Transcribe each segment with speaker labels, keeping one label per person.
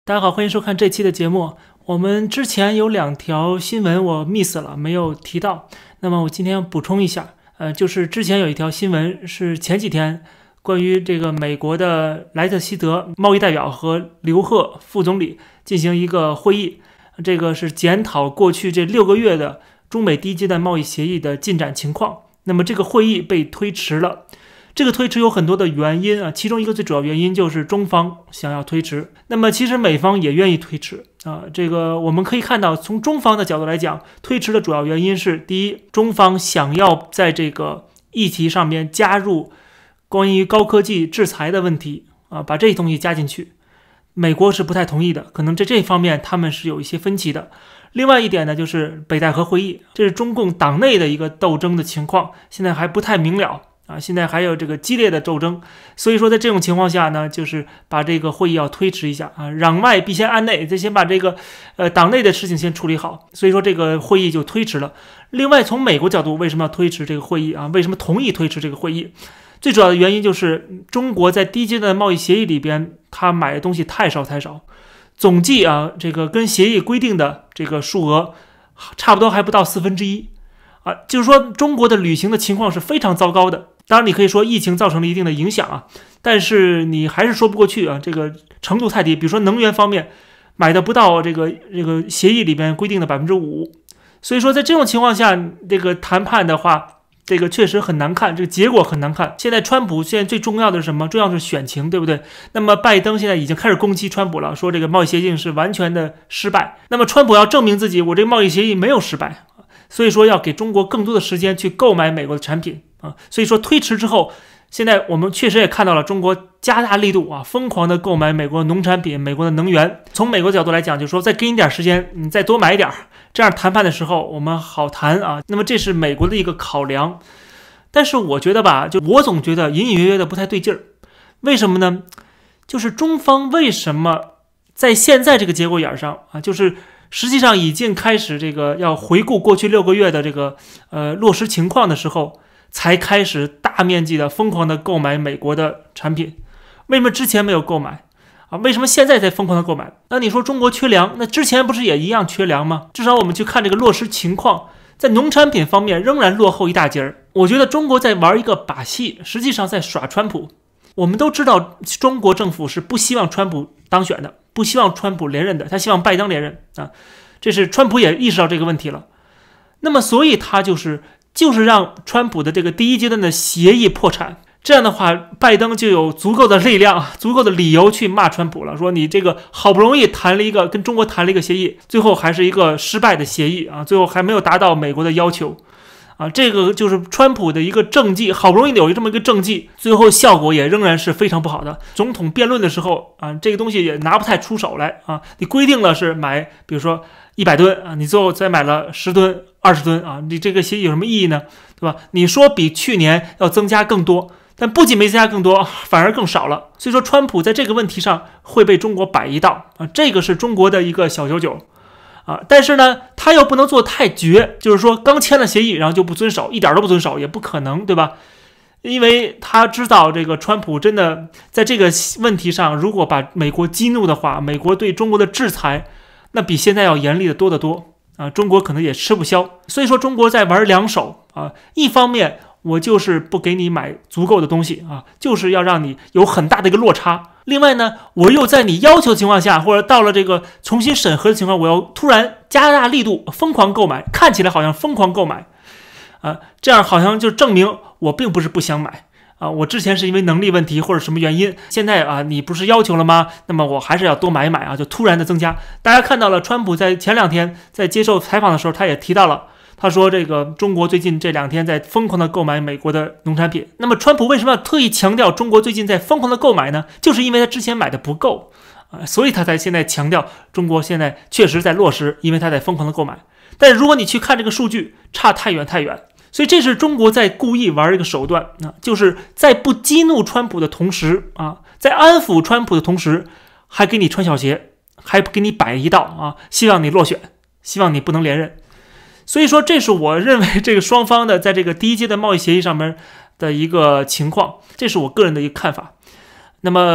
Speaker 1: 大家好，欢迎收看这期的节目。我们之前有2条新闻我 miss 了，没有提到。那么我今天要补充一下，就是之前有一条新闻是前几天关于这个美国的莱特希德贸易代表和刘鹤副总理进行一个会议，这个是检讨过去这6个月的中美第一阶段贸易协议的进展情况。那么这个会议被推迟了。这个推迟有很多的原因啊，其中一个最主要原因就是中方想要推迟，那么其实美方也愿意推迟啊。这个我们可以看到，从中方的角度来讲，推迟的主要原因是：第一，中方想要在这个议题上面加入关于高科技制裁的问题啊，把这些东西加进去，美国是不太同意的，可能在这方面他们是有一些分歧的。另外一点呢，就是北戴河会议，这是中共党内的一个斗争的情况，现在还不太明了。现在还有这个激烈的斗争，所以说在这种情况下呢，就是把这个会议要推迟一下啊，攘外必先安内，得先把这个党内的事情先处理好，所以说这个会议就推迟了。另外，从美国角度，为什么要推迟这个会议啊？为什么同意推迟这个会议？最主要的原因就是中国在第一阶段的贸易协议里边，它买的东西太少，总计啊，这个跟协议规定的这个数额差不多还不到1/4啊，就是说中国的履行的情况是非常糟糕的。当然，你可以说疫情造成了一定的影响啊，但是你还是说不过去啊，这个程度太低。比如说能源方面，买的不到这个协议里边规定的5%，所以说在这种情况下，这个谈判的话，这个确实很难看，这个结果很难看。现在川普现在最重要的是什么？重要的是选情，对不对？那么拜登现在已经开始攻击川普了，说这个贸易协议是完全的失败。那么川普要证明自己，我这个贸易协议没有失败。所以说要给中国更多的时间去购买美国的产品啊，所以说推迟之后，现在我们确实也看到了中国加大力度啊，疯狂的购买美国农产品、美国的能源。从美国角度来讲，就是说再给你点时间，你再多买一点，这样谈判的时候我们好谈啊。那么这是美国的一个考量，但是我觉得吧，就我总觉得隐隐约约的不太对劲儿。为什么呢？就是中方为什么在现在这个节骨眼上啊，就是实际上已经开始这个要回顾过去6个月的这个落实情况的时候，才开始大面积的疯狂的购买美国的产品。为什么之前没有购买啊？为什么现在才疯狂的购买？那你说中国缺粮，那之前不是也一样缺粮吗？至少我们去看这个落实情况，在农产品方面仍然落后一大截儿。我觉得中国在玩一个把戏，实际上在耍川普。我们都知道中国政府是不希望川普当选的，不希望川普连任的，他希望拜登连任啊，这是川普也意识到这个问题了。那么所以他就是让川普的这个第一阶段的协议破产，这样的话拜登就有足够的力量、足够的理由去骂川普了，说你这个好不容易跟中国谈了一个协议，最后还是一个失败的协议啊，最后还没有达到美国的要求啊，这个就是川普的一个政绩，好不容易有这么一个政绩，最后效果也仍然是非常不好的。总统辩论的时候啊，这个东西也拿不太出手来啊。你规定了是买，比如说100吨啊，你最后再买了10吨、20吨啊，你这个协议有什么意义呢？对吧？你说比去年要增加更多，但不仅没增加更多，反而更少了。所以说，川普在这个问题上会被中国摆一道啊，这个是中国的一个小九九。但是呢，他又不能做太绝，就是说刚签了协议，然后就不遵守，一点都不遵守，也不可能，对吧？因为他知道这个川普真的在这个问题上，如果把美国激怒的话，美国对中国的制裁，那比现在要严厉的多得多啊！中国可能也吃不消。所以说，中国在玩2手啊，一方面我就是不给你买足够的东西啊，就是要让你有很大的一个落差。另外呢，我又在你要求的情况下，或者到了这个重新审核的情况，我要突然加大力度，疯狂购买，看起来好像疯狂购买，这样好像就证明我并不是不想买啊，我之前是因为能力问题或者什么原因，现在啊你不是要求了吗？那么我还是要多买一买啊，就突然的增加。大家看到了，川普在前2天在接受采访的时候，他也提到了。他说这个中国最近这2天在疯狂的购买美国的农产品。那么川普为什么要特意强调中国最近在疯狂的购买呢？就是因为他之前买的不够所以他才现在强调中国现在确实在落实，因为他在疯狂的购买。但是如果你去看这个数据，差太远，所以这是中国在故意玩一个手段就是在不激怒川普的同时在安抚川普的同时，还给你穿小鞋，还给你摆一道希望你落选，希望你不能连任。所以说，这是我认为这个双方的在这个第一阶段贸易协议上面的一个情况，这是我个人的一个看法。那么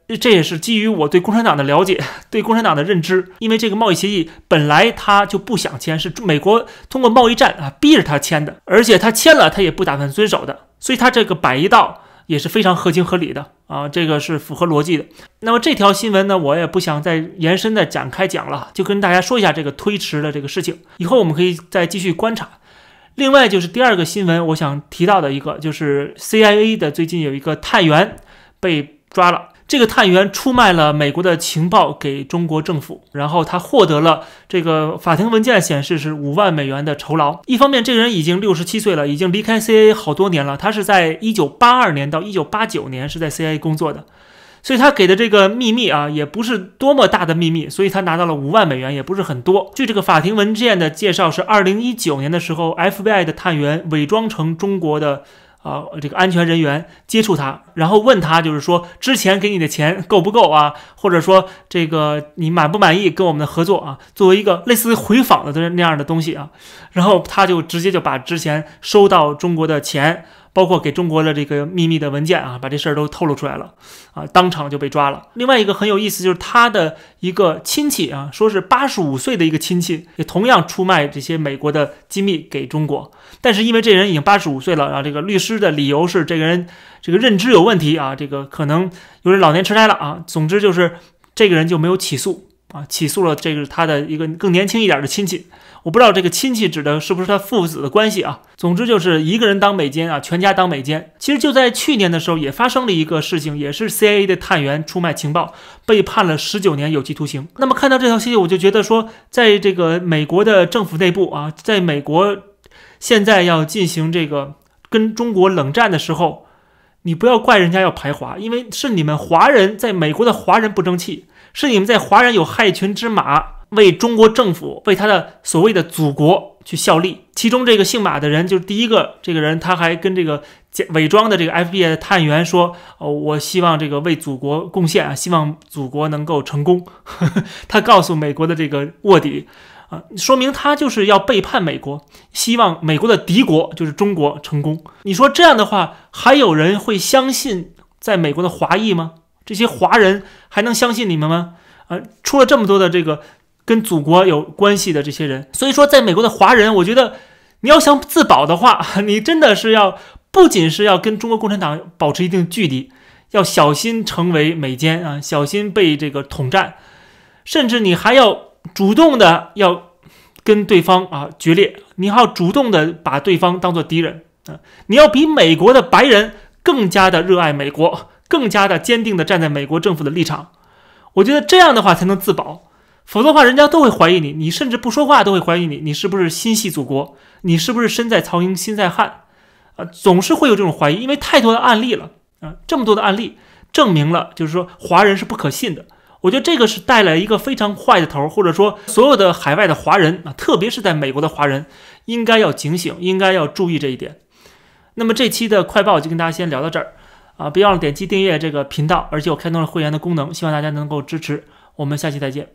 Speaker 1: 这也是基于我对共产党的了解，对共产党的认知。因为这个贸易协议本来他就不想签，是美国通过贸易战啊逼着他签的，而且他签了他也不打算遵守的，所以他这个摆一道也是非常合情合理的啊，这个是符合逻辑的。那么这条新闻呢，我也不想再延伸的展开讲了，就跟大家说一下这个推迟的这个事情，以后我们可以再继续观察。另外就是第二个新闻，我想提到的一个就是 CIA 的最近有一个探员被抓了。这个探员出卖了美国的情报给中国政府，然后他获得了这个法庭文件显示是5万美元的酬劳。一方面这个人已经67岁了，已经离开 CIA 好多年了，他是在1982年到1989年是在 CIA 工作的，所以他给的这个秘密啊也不是多么大的秘密，所以他拿到了5万美元也不是很多。据这个法庭文件的介绍是2019年的时候 FBI 的探员伪装成中国的这个安全人员接触他，然后问他就是说之前给你的钱够不够啊，或者说这个你满不满意跟我们的合作啊，作为一个类似于回访的那样的东西啊，然后他就直接就把之前收到中国的钱，包括给中国的这个秘密的文件啊，把这事儿都透露出来了啊，当场就被抓了。另外一个很有意思就是他的一个亲戚啊，说是85岁的一个亲戚，也同样出卖这些美国的机密给中国，但是因为这人已经85岁了，然后这个律师的理由是这个人这个认知有问题啊，这个可能有点老年痴呆了啊，总之就是这个人就没有起诉啊，起诉了这个他的一个更年轻一点的亲戚。我不知道这个亲戚指的是不是他父子的关系啊，总之就是一个人当美奸啊，全家当美奸。其实就在去年的时候也发生了一个事情，也是 CIA 的探员出卖情报，被判了19年有期徒刑。那么看到这条信息，我就觉得说，在这个美国的政府内部啊，在美国现在要进行这个跟中国冷战的时候，你不要怪人家要排华，因为是你们华人在美国的华人不争气，是你们在华人有害群之马，为中国政府为他的所谓的祖国去效力。其中这个姓马的人就是第一个，这个人他还跟这个伪装的这个 FBI 的探员说我希望这个为祖国贡献啊，希望祖国能够成功他告诉美国的这个卧底说明他就是要背叛美国，希望美国的敌国就是中国成功。你说这样的话，还有人会相信在美国的华裔吗？这些华人还能相信你们吗？出了这么多的这个跟祖国有关系的这些人，所以说在美国的华人，我觉得你要想自保的话，你真的是不仅是要跟中国共产党保持一定距离，要小心成为美奸啊，小心被这个统战，甚至你还要主动的要跟对方决裂，你还要主动的把对方当作敌人你要比美国的白人更加的热爱美国，更加的坚定的站在美国政府的立场。我觉得这样的话才能自保，否则的话人家都会怀疑你，你甚至不说话都会怀疑你是不是心系祖国，你是不是身在曹营心在汉总是会有这种怀疑，因为太多的案例了这么多的案例证明了就是说华人是不可信的。我觉得这个是带来一个非常坏的头，或者说所有的海外的华人特别是在美国的华人应该要警醒，应该要注意这一点。那么这期的快报就跟大家先聊到这儿别忘了点击订阅这个频道，而且我开通了会员的功能，希望大家能够支持。我们下期再见。